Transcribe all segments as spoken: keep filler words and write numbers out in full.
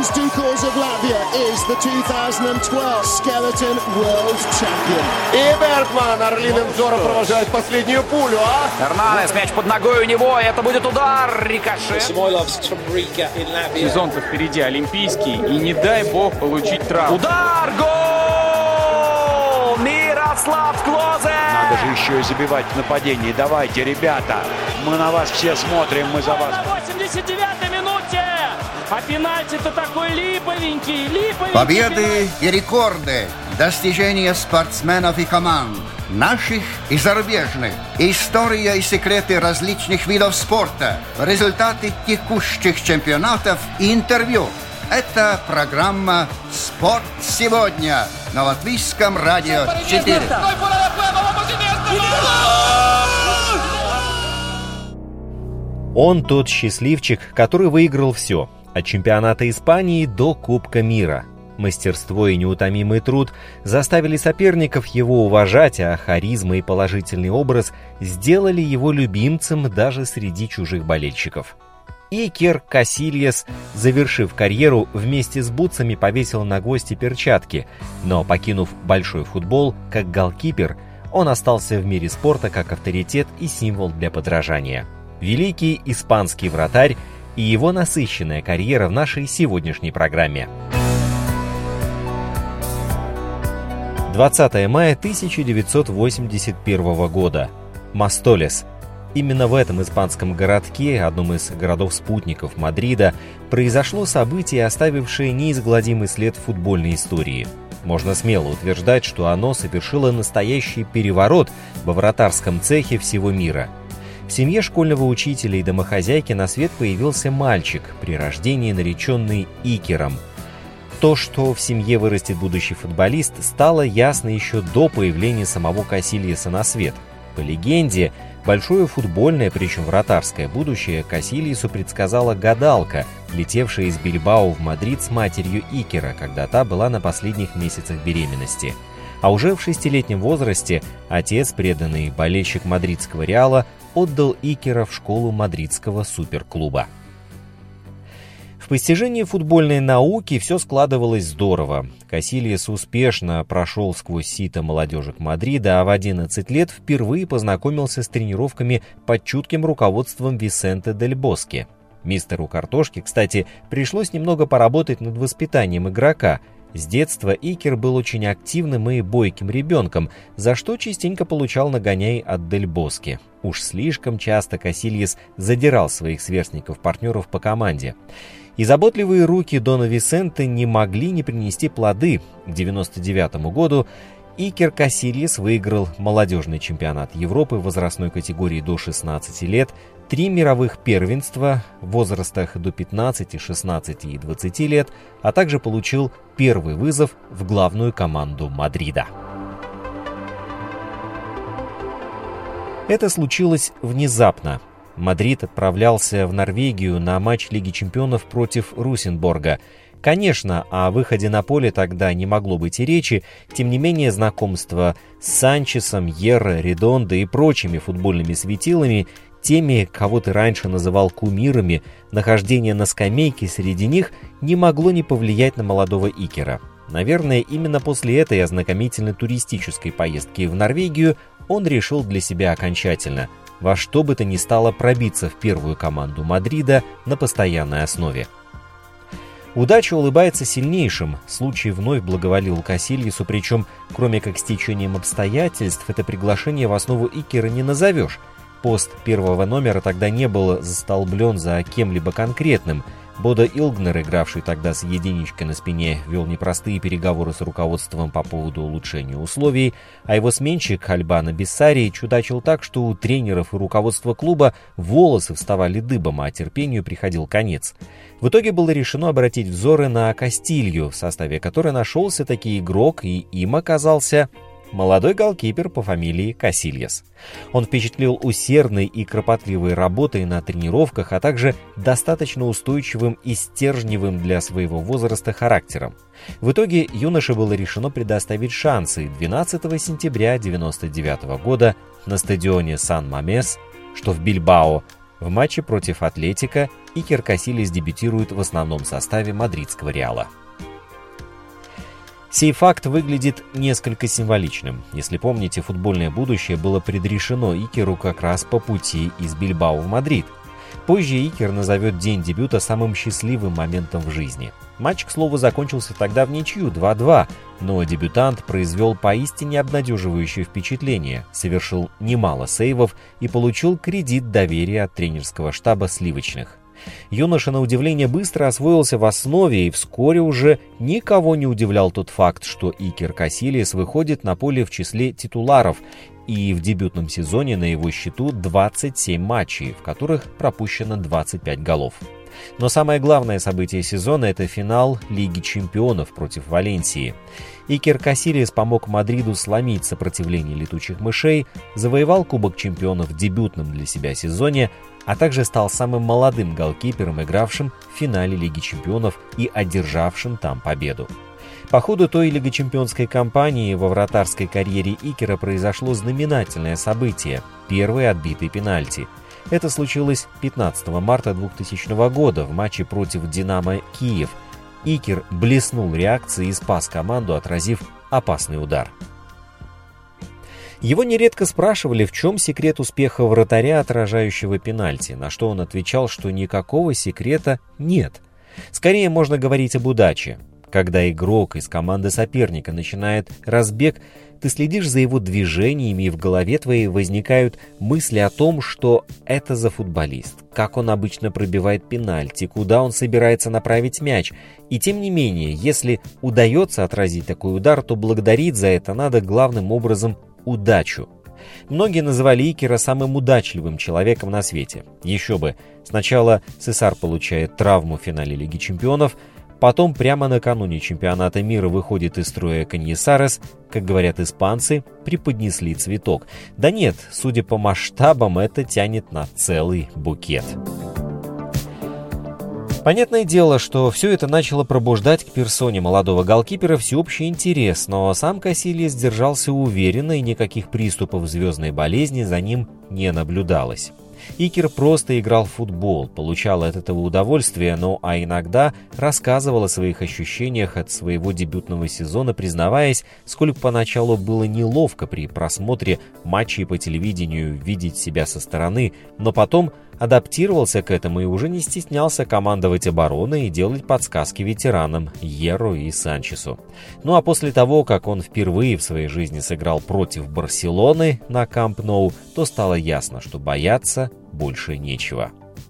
Martins Dukals of Latvia is the twenty twelve Skeleton World Champion. И Бергман орлиным взором провожает последнюю пулю, а? Эрнанес, мяч под ногой у него, это будет удар, рикошет. Сезон-то впереди олимпийский, и не дай бог получить травму. Удар, гол! Мирослав Клозе! Надо же еще и забивать в нападении. Давайте, ребята, мы на вас все смотрим, мы за вас. На восемьдесят девятой минуте! А пенальти-то такой липовенький, липовенький. Победы и рекорды, достижения спортсменов и команд, наших и зарубежных, история и секреты различных видов спорта, результаты текущих чемпионатов и интервью. Это программа «Спорт сегодня» на Латвийском радио четыре. Он тот счастливчик, который выиграл все, от чемпионата Испании до Кубка мира. Мастерство и неутомимый труд заставили соперников его уважать, а харизма и положительный образ сделали его любимцем даже среди чужих болельщиков. Икер Касильес, завершив карьеру, вместе с бутсами повесил на гвозди перчатки, но, покинув большой футбол как голкипер, он остался в мире спорта как авторитет и символ для подражания. Великий испанский вратарь и его насыщенная карьера в нашей сегодняшней программе. двадцатого мая тысяча девятьсот восемьдесят первого года. Мостолес. Именно в этом испанском городке, одном из городов-спутников Мадрида, произошло событие, оставившее неизгладимый след в футбольной истории. Можно смело утверждать, что оно совершило настоящий переворот во вратарском цехе всего мира. В семье школьного учителя и домохозяйки на свет появился мальчик, при рождении нареченный Икером. То, что в семье вырастет будущий футболист, стало ясно еще до появления самого Касильеса на свет. По легенде, большое футбольное, причем вратарское будущее Касильесу предсказала гадалка, летевшая из Бильбао в Мадрид с матерью Икера, когда та была на последних месяцах беременности. А уже в шестилетнем возрасте отец, преданный болельщик мадридского Реала, отдал Икера в школу мадридского суперклуба. В постижении футбольной науки все складывалось здорово. Касильес успешно прошел сквозь сито молодежек Мадрида, а в одиннадцать лет впервые познакомился с тренировками под чутким руководством Висенте Дель Боске. Мистеру Картошке, кстати, пришлось немного поработать над воспитанием игрока. С детства Икер был очень активным и бойким ребенком, за что частенько получал нагоняй от Дель Боске. Уж слишком часто Касильес задирал своих сверстников-партнеров по команде. И заботливые руки Дона Висенте не могли не принести плоды. К девяносто девятому году Икер Касильес выиграл молодежный чемпионат Европы в возрастной категории до шестнадцати лет, три мировых первенства в возрастах до пятнадцати, шестнадцати и двадцати лет, а также получил первый вызов в главную команду Мадрида. Это случилось внезапно. Мадрид отправлялся в Норвегию на матч Лиги чемпионов против Русенборга. Конечно, о выходе на поле тогда не могло быть и речи, тем не менее знакомство с Санчесом, Йерро, Редондо и прочими футбольными светилами, теми, кого ты раньше называл кумирами, нахождение на скамейке среди них не могло не повлиять на молодого Икера. Наверное, именно после этой ознакомительной туристической поездки в Норвегию он решил для себя окончательно – во что бы то ни стало пробиться в первую команду Мадрида на постоянной основе. Удача улыбается сильнейшим. Случай вновь благоволил Касильесу, причем, кроме как стечением обстоятельств, это приглашение в основу Икера не назовешь. Пост первого номера тогда не был застолблен за кем-либо конкретным. Бодо Илгнер, игравший тогда с единичкой на спине, вел непростые переговоры с руководством по поводу улучшения условий, а его сменщик Альбано Биссари чудачил так, что у тренеров и руководства клуба волосы вставали дыбом, а терпению приходил конец. В итоге было решено обратить взоры на Кастилью, в составе которой нашелся таки игрок, и им оказался молодой голкипер по фамилии Касильес. Он впечатлил усердной и кропотливой работой на тренировках, а также достаточно устойчивым и стержневым для своего возраста характером. В итоге юноше было решено предоставить шансы. двенадцатого сентября девяносто девятого года на стадионе Сан-Мамес, что в Бильбао, В матче против Атлетико Икер Касильяс дебютирует в основном составе мадридского Реала. Сей факт выглядит несколько символичным. Если помните, футбольное будущее было предрешено Икеру как раз по пути из Бильбао в Мадрид. Позже Икер назовет день дебюта самым счастливым моментом в жизни. Матч, к слову, закончился тогда в ничью два-два, но дебютант произвел поистине обнадеживающее впечатление, совершил немало сейвов и получил кредит доверия от тренерского штаба сливочных. Юноша, на удивление, быстро освоился в основе, и вскоре уже никого не удивлял тот факт, что Икер Касильяс выходит на поле в числе титуляров, и в дебютном сезоне на его счету двадцать семь матчей, в которых пропущено двадцать пять голов. Но самое главное событие сезона – это финал Лиги чемпионов против Валенсии. Икер Касильяс помог Мадриду сломить сопротивление летучих мышей, завоевал Кубок чемпионов в дебютном для себя сезоне, а также стал самым молодым голкипером, игравшим в финале Лиги чемпионов и одержавшим там победу. По ходу той лигочемпионской кампании во вратарской карьере Икера произошло знаменательное событие – первый отбитый пенальти. Это случилось пятнадцатого марта двухтысячного года в матче против «Динамо Киев». Икер блеснул реакцией и спас команду, отразив опасный удар. Его нередко спрашивали, в чем секрет успеха вратаря, отражающего пенальти, на что он отвечал, что никакого секрета нет. Скорее можно говорить об удаче. Когда игрок из команды соперника начинает разбег, ты следишь за его движениями, и в голове твоей возникают мысли о том, что это за футболист, как он обычно пробивает пенальти, куда он собирается направить мяч. И тем не менее, если удается отразить такой удар, то благодарить за это надо главным образом удачу. Многие называли Икера самым удачливым человеком на свете. Еще бы, сначала Сесар получает травму в финале Лиги чемпионов, потом прямо накануне чемпионата мира выходит из строя Каньясарес, как говорят испанцы, преподнесли цветок. Да нет, судя по масштабам, это тянет на целый букет. Понятное дело, что все это начало пробуждать к персоне молодого голкипера всеобщий интерес, но сам Касильяс держался уверенно, и никаких приступов звездной болезни за ним не наблюдалось. Икер просто играл в футбол, получал от этого удовольствие, но а иногда рассказывал о своих ощущениях от своего дебютного сезона, признаваясь, сколько поначалу было неловко при просмотре матчей по телевидению видеть себя со стороны, но потом адаптировался к этому и уже не стеснялся командовать обороной и делать подсказки ветеранам Ерру и Санчесу. Ну а после того, как он впервые в своей жизни сыграл против Барселоны на Камп Ноу, то стало ясно, что бояться больше нечего.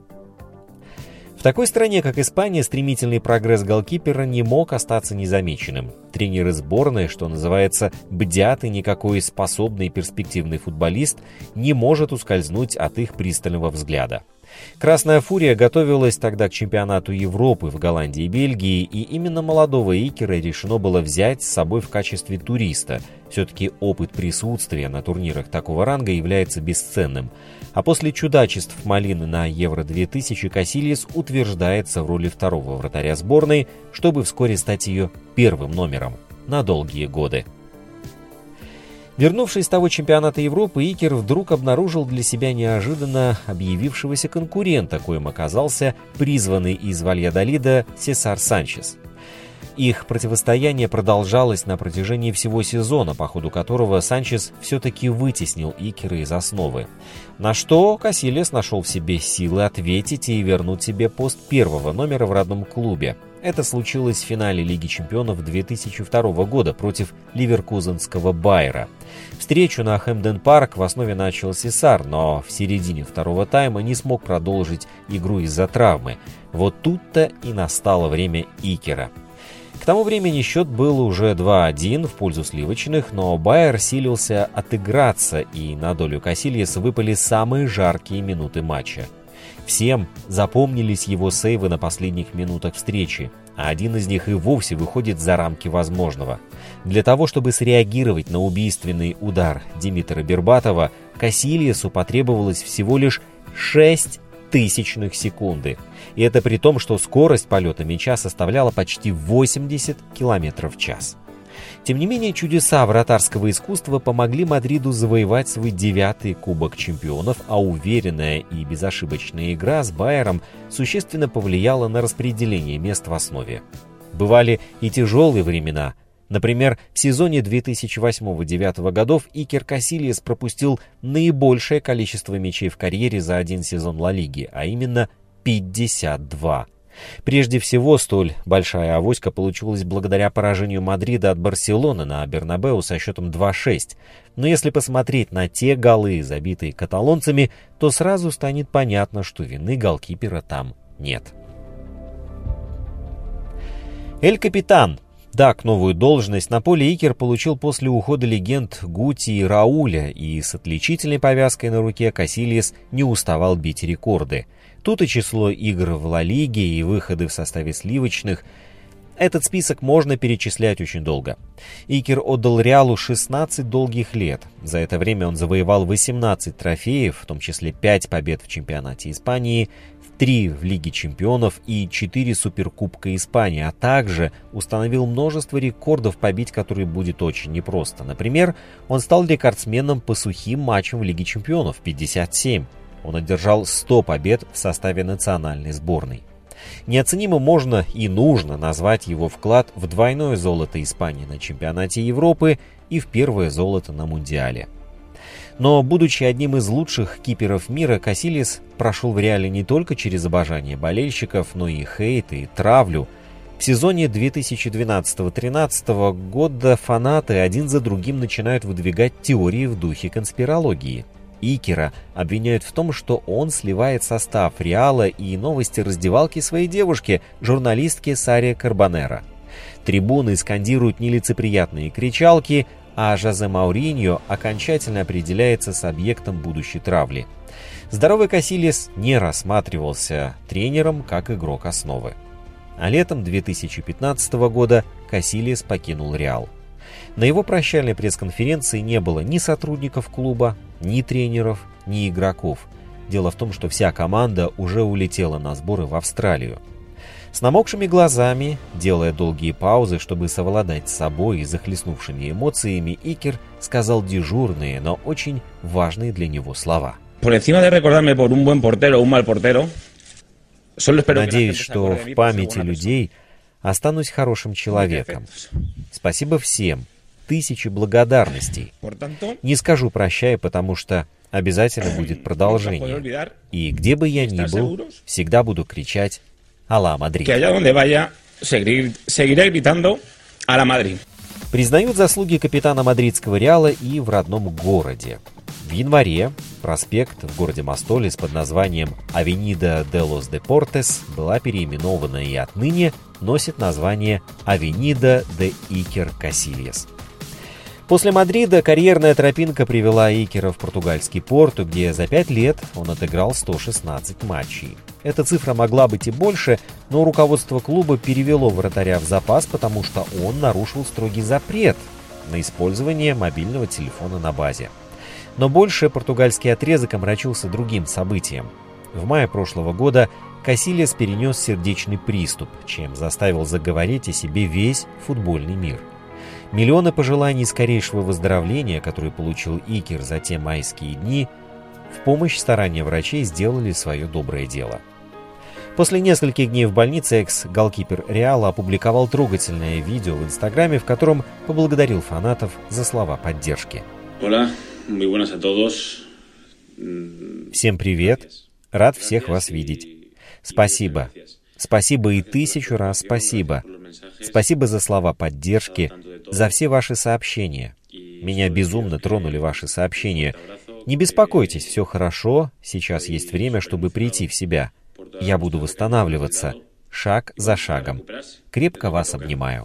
В такой стране, как Испания, стремительный прогресс голкипера не мог остаться незамеченным. Тренеры сборной, что называется, бдят, и никакой способный и перспективный футболист не может ускользнуть от их пристального взгляда. «Красная фурия» готовилась тогда к чемпионату Европы в Голландии и Бельгии, и именно молодого Икера решено было взять с собой в качестве туриста. Все-таки опыт присутствия на турнирах такого ранга является бесценным. А после чудачеств Малины на Евро две тысячи Касильяс утверждается в роли второго вратаря сборной, чтобы вскоре стать ее первым номером на долгие годы. Вернувшись с того чемпионата Европы, Икер вдруг обнаружил для себя неожиданно объявившегося конкурента, коим оказался призванный из Вальядолида Сесар Санчес. Их противостояние продолжалось на протяжении всего сезона, по ходу которого Санчес все-таки вытеснил Икера из основы. На что Касильяс нашел в себе силы ответить и вернуть себе пост первого номера в родном клубе. Это случилось в финале Лиги чемпионов две тысячи второго года против ливеркузенского Байера. Встречу на Хэмден-парк в основе начал Сесар, но в середине второго тайма не смог продолжить игру из-за травмы. Вот тут-то и настало время Икера. К тому времени счет был уже два-один в пользу сливочных, но Байер силился отыграться, и на долю Касильяса выпали самые жаркие минуты матча. Всем запомнились его сейвы на последних минутах встречи, а один из них и вовсе выходит за рамки возможного. Для того, чтобы среагировать на убийственный удар Димитра Бербатова, Касильясу потребовалось всего лишь шесть тысячных секунды. И это при том, что скорость полета мяча составляла почти восемьдесят километров в час. Тем не менее, чудеса вратарского искусства помогли Мадриду завоевать свой девятый Кубок чемпионов, а уверенная и безошибочная игра с Байером существенно повлияла на распределение мест в основе. Бывали и тяжелые времена. Например, в сезоне две тысячи восьмого — две тысячи девятого годов Икер Касильяс пропустил наибольшее количество мячей в карьере за один сезон Ла Лиги, а именно пятьдесят два. Прежде всего, столь большая авоська получилась благодаря поражению Мадрида от Барселоны на Бернабеу со счетом два шесть. Но если посмотреть на те голы, забитые каталонцами, то сразу станет понятно, что вины голкипера там нет. Эль Капитан. Так, новую должность на поле Икер получил после ухода легенд Гути и Рауля, и с отличительной повязкой на руке Касильяс не уставал бить рекорды. Тут и число игр в Ла Лиге, и выходы в составе сливочных. Этот список можно перечислять очень долго. Икер отдал Реалу шестнадцать долгих лет. За это время он завоевал восемнадцать трофеев, в том числе пять побед в чемпионате Испании, три в Лиге чемпионов и четыре суперкубка Испании, а также установил множество рекордов, побить которые будет очень непросто. Например, он стал рекордсменом по сухим матчам в Лиге чемпионов — пятьдесят семь. Он одержал сто побед в составе национальной сборной. Неоценимым можно и нужно назвать его вклад в двойное золото Испании на чемпионате Европы и в первое золото на Мундиале. Но, будучи одним из лучших киперов мира, Касильяс прошел в Реале не только через обожание болельщиков, но и хейт и травлю. В сезоне две тысячи двенадцатого — две тысячи тринадцатого года фанаты один за другим начинают выдвигать теории в духе конспирологии. Икера обвиняют в том, что он сливает состав Реала и новости раздевалки своей девушки, журналистки Саре Карбонеро. Трибуны скандируют нелицеприятные кричалки, а Жозе Мауриньо окончательно определяется с объектом будущей травли. Здоровый Касильяс не рассматривался тренером как игрок основы. А летом две тысячи пятнадцатого года Касильяс покинул Реал. На его прощальной пресс-конференции не было ни сотрудников клуба, ни тренеров, ни игроков. Дело в том, что вся команда уже улетела на сборы в Австралию. С намокшими глазами, делая долгие паузы, чтобы совладать с собой и захлестнувшими эмоциями, Икер сказал дежурные, но очень важные для него слова. Надеюсь, что в памяти людей останусь хорошим человеком. Спасибо всем. Тысячи благодарностей. Не скажу прощай, потому что обязательно будет продолжение. И где бы я ни был, всегда буду кричать «Алла Мадрид». Признают заслуги капитана мадридского Реала и в родном городе. В январе проспект в городе Мостолес под названием Авенида де лос Депортес была переименована и отныне носит название Авенида де Икер Касильяс. После Мадрида карьерная тропинка привела Икера в португальский Порту, где за пять лет он отыграл сто шестнадцать матчей. Эта цифра могла быть и больше, но руководство клуба перевело вратаря в запас, потому что он нарушил строгий запрет на использование мобильного телефона на базе. Но больше португальский отрезок омрачился другим событием. В мае прошлого года Касильяс перенес сердечный приступ, чем заставил заговорить о себе весь футбольный мир. Миллионы пожеланий скорейшего выздоровления, которые получил Икер за те майские дни, в помощь старания врачей сделали свое доброе дело. После нескольких дней в больнице экс-голкипер Реала опубликовал трогательное видео в Инстаграме, в котором поблагодарил фанатов за слова поддержки. Всем привет, рад всех вас видеть. Спасибо. Спасибо и тысячу раз спасибо. Спасибо за слова поддержки, за все ваши сообщения. Меня безумно тронули ваши сообщения. Не беспокойтесь, все хорошо, сейчас есть время, чтобы прийти в себя. Я буду восстанавливаться, шаг за шагом. Крепко вас обнимаю.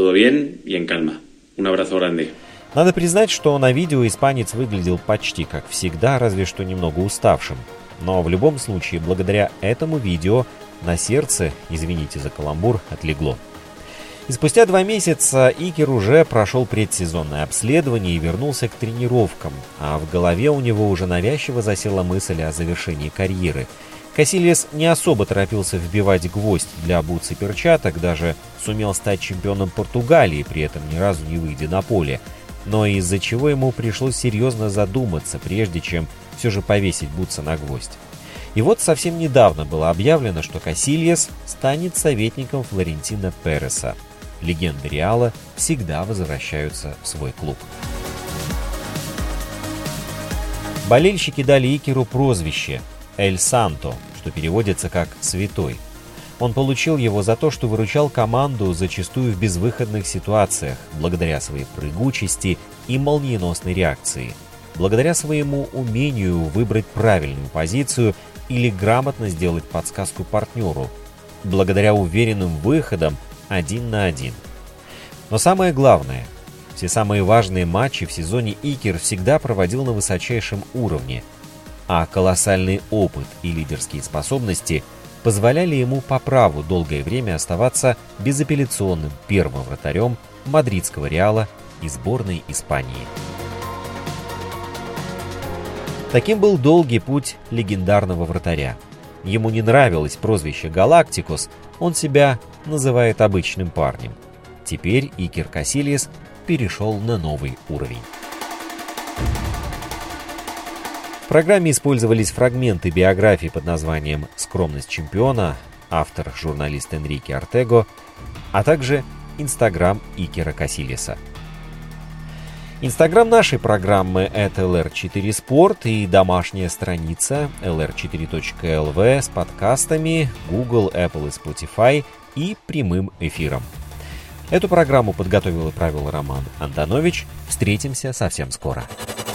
Надо признать, что на видео испанец выглядел почти как всегда, разве что немного уставшим. Но в любом случае, благодаря этому видео на сердце, извините за каламбур, отлегло. И спустя два месяца Икер уже прошел предсезонное обследование и вернулся к тренировкам, а в голове у него уже навязчиво засела мысль о завершении карьеры. Касильяс не особо торопился вбивать гвоздь для бутс и перчаток, даже сумел стать чемпионом Португалии, при этом ни разу не выйдя на поле, но из-за чего ему пришлось серьезно задуматься, прежде чем все же повесить бутса на гвоздь. И вот совсем недавно было объявлено, что Касильяс станет советником Флорентино Переса. Легенды Реала всегда возвращаются в свой клуб. Болельщики дали Икеру прозвище «Эль Санто», что переводится как «святой». Он получил его за то, что выручал команду зачастую в безвыходных ситуациях, благодаря своей прыгучести и молниеносной реакции, благодаря своему умению выбрать правильную позицию или грамотно сделать подсказку партнеру, благодаря уверенным выходам один на один. Но самое главное, все самые важные матчи в сезоне Икер всегда проводил на высочайшем уровне, а колоссальный опыт и лидерские способности позволяли ему по праву долгое время оставаться безапелляционным первым вратарем мадридского Реала и сборной Испании. Таким был долгий путь легендарного вратаря. Ему не нравилось прозвище «Галактикос», он себя называет обычным парнем. Теперь Икер Касильяс перешел на новый уровень. В программе использовались фрагменты биографии под названием «Скромность чемпиона», автор журналист Энрике Ортего, а также Инстаграм Икера Касильяса. Инстаграм нашей программы — это эл эр четыре Спорт и домашняя страница эл эр четыре точка эл ви с подкастами, Google, Apple и Spotify и прямым эфиром. Эту программу подготовил и правил Роман Антонович. Встретимся совсем скоро.